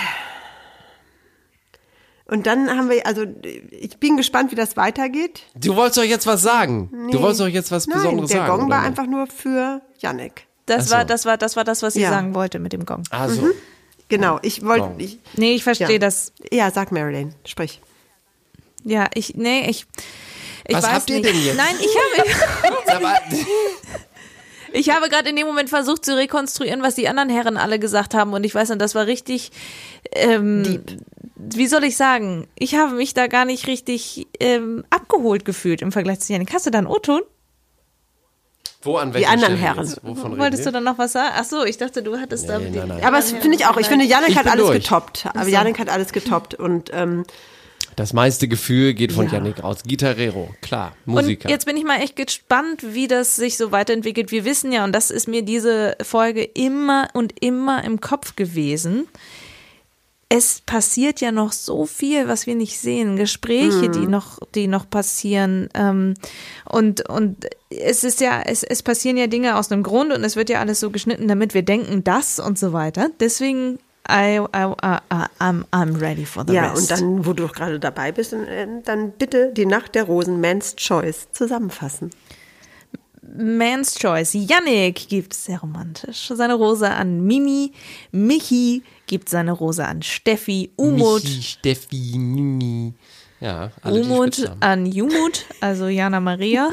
Und dann haben wir, also ich bin gespannt, wie das weitergeht. Du wolltest doch jetzt was sagen. Nee. Du wolltest doch jetzt was Besonderes sagen. Der Gong war oder? einfach nur für Yannick. Das war das, was sie sagen wollte mit dem Gong. Ah, so. Genau, ich wollte. Nee, ich verstehe das. Ja, sag Marilyn, sprich. Ja, ich was weiß habt ihr nicht. denn jetzt? Nein, ich habe gerade in dem Moment versucht zu rekonstruieren, was die anderen Herren alle gesagt haben und ich weiß nicht, das war richtig deep. Wie soll ich sagen? Ich habe mich da gar nicht richtig abgeholt gefühlt im Vergleich zu Yannick. Hast du da einen O-Ton? Wo an die anderen Herren. Wolltest du dann noch was sagen? Ach so, ich dachte, du hattest da. Nein. Aber das finde ich auch. Ich finde, Yannick hat alles getoppt. Aber Yannick hat alles getoppt und das meiste Gefühl geht von Yannick aus. Gitarrero, klar, Musiker. Und jetzt bin ich mal echt gespannt, wie das sich so weiterentwickelt. Wir wissen ja, und das ist mir diese Folge immer und immer im Kopf gewesen, es passiert ja noch so viel, was wir nicht sehen. Gespräche, die noch passieren. Und es ist ja, es passieren ja Dinge aus einem Grund und es wird ja alles so geschnitten, damit wir denken, das und so weiter. Deswegen I'm ready for the rest. Ja, und dann, wo du doch gerade dabei bist, dann bitte die Nacht der Rosen, Man's Choice, zusammenfassen. Man's Choice. Yannick gibt sehr romantisch seine Rose an Mimi. Michi gibt seine Rose an Steffi. Umut. Michi, Steffi, Mimi. Ja, alle Umut an Jumut, also Jana Maria.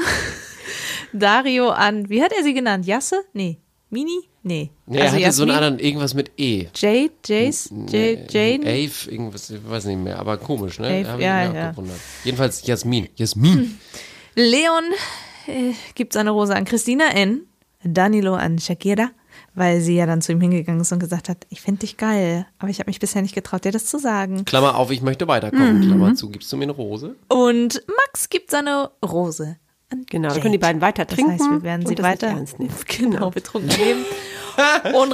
Dario an, wie hat er sie genannt? Jasse? Nee. Mini? Nee. Nee, also er hatte so einen anderen, irgendwas mit E. Jane? Ave, irgendwas, ich weiß nicht mehr, aber komisch, ne? Ave, ja. Jedenfalls Jasmin. Leon gibt seine Rose an Christina N., Danilo an Shakira, weil sie ja dann zu ihm hingegangen ist und gesagt hat, ich finde dich geil, aber ich habe mich bisher nicht getraut, dir das zu sagen. Klammer auf, ich möchte weiterkommen. Klammer zu, gibst du mir eine Rose? Und Max gibt seine Rose an Genau, da können die beiden weiter trinken. Das heißt, wir werden sie weiter ernst nehmen. Genau, betrunken nehmen. Und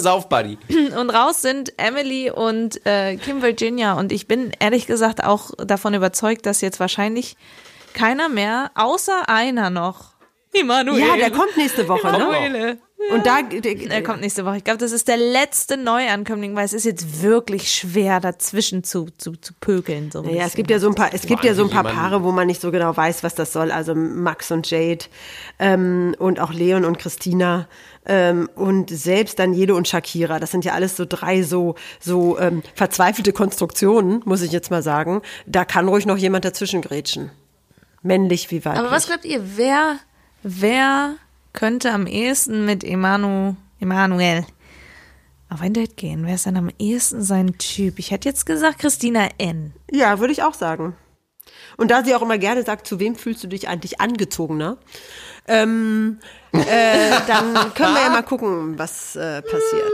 raus sind Emily und Kim Virginia und ich bin ehrlich gesagt auch davon überzeugt, dass jetzt wahrscheinlich keiner mehr, außer einer noch, Emanuel. Ja, der kommt nächste Woche, ne? Und er kommt nächste Woche. Ich glaube, das ist der letzte Neuankömmling, weil es ist jetzt wirklich schwer, dazwischen zu pökeln. So ja, es gibt ja so ein paar Paare, wo man nicht so genau weiß, was das soll. Also Max und Jade und auch Leon und Christina und selbst Daniele und Shakira. Das sind ja alles so drei so verzweifelte Konstruktionen, muss ich jetzt mal sagen. Da kann ruhig noch jemand dazwischen grätschen. Männlich wie weiblich. Aber was glaubt ihr, wer könnte am ehesten mit Emanuel auf ein Date gehen? Wer ist dann am ehesten sein Typ? Ich hätte jetzt gesagt Christina N. Ja, würde ich auch sagen. Und da sie auch immer gerne sagt, zu wem fühlst du dich eigentlich angezogener? Dann können wir ja mal gucken, was passiert.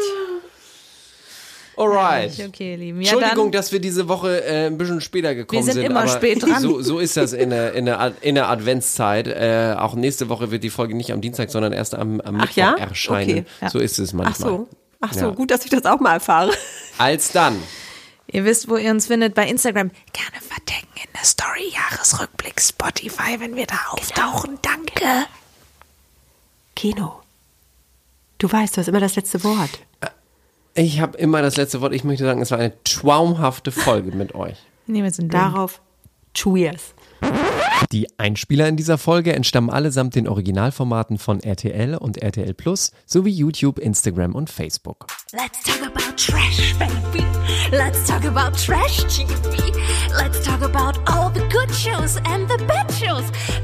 Alright. Okay, Lieben. Ja, Entschuldigung, dass wir diese Woche ein bisschen später gekommen sind. Wir sind immer aber spät dran. So ist das in der Adventszeit. Auch nächste Woche wird die Folge nicht am Dienstag, sondern erst am Mittwoch erscheinen. Okay. Ja. So ist es manchmal. Ach so, gut, dass ich das auch mal erfahre. Als dann. Ihr wisst, wo ihr uns findet, bei Instagram. Gerne verdecken in der Story Jahresrückblick Spotify, wenn wir da auftauchen. Danke. Kino. Du weißt, du hast immer das letzte Wort. Ich habe immer das letzte Wort. Ich möchte sagen, es war eine traumhafte Folge mit euch. Nehmen wir jetzt einen Darauf Cheers. Die Einspieler in dieser Folge entstammen allesamt den Originalformaten von RTL und RTL Plus sowie YouTube, Instagram und Facebook. Let's talk about trash, baby. Let's talk about trash TV. Let's talk about all the good shows and the bad shows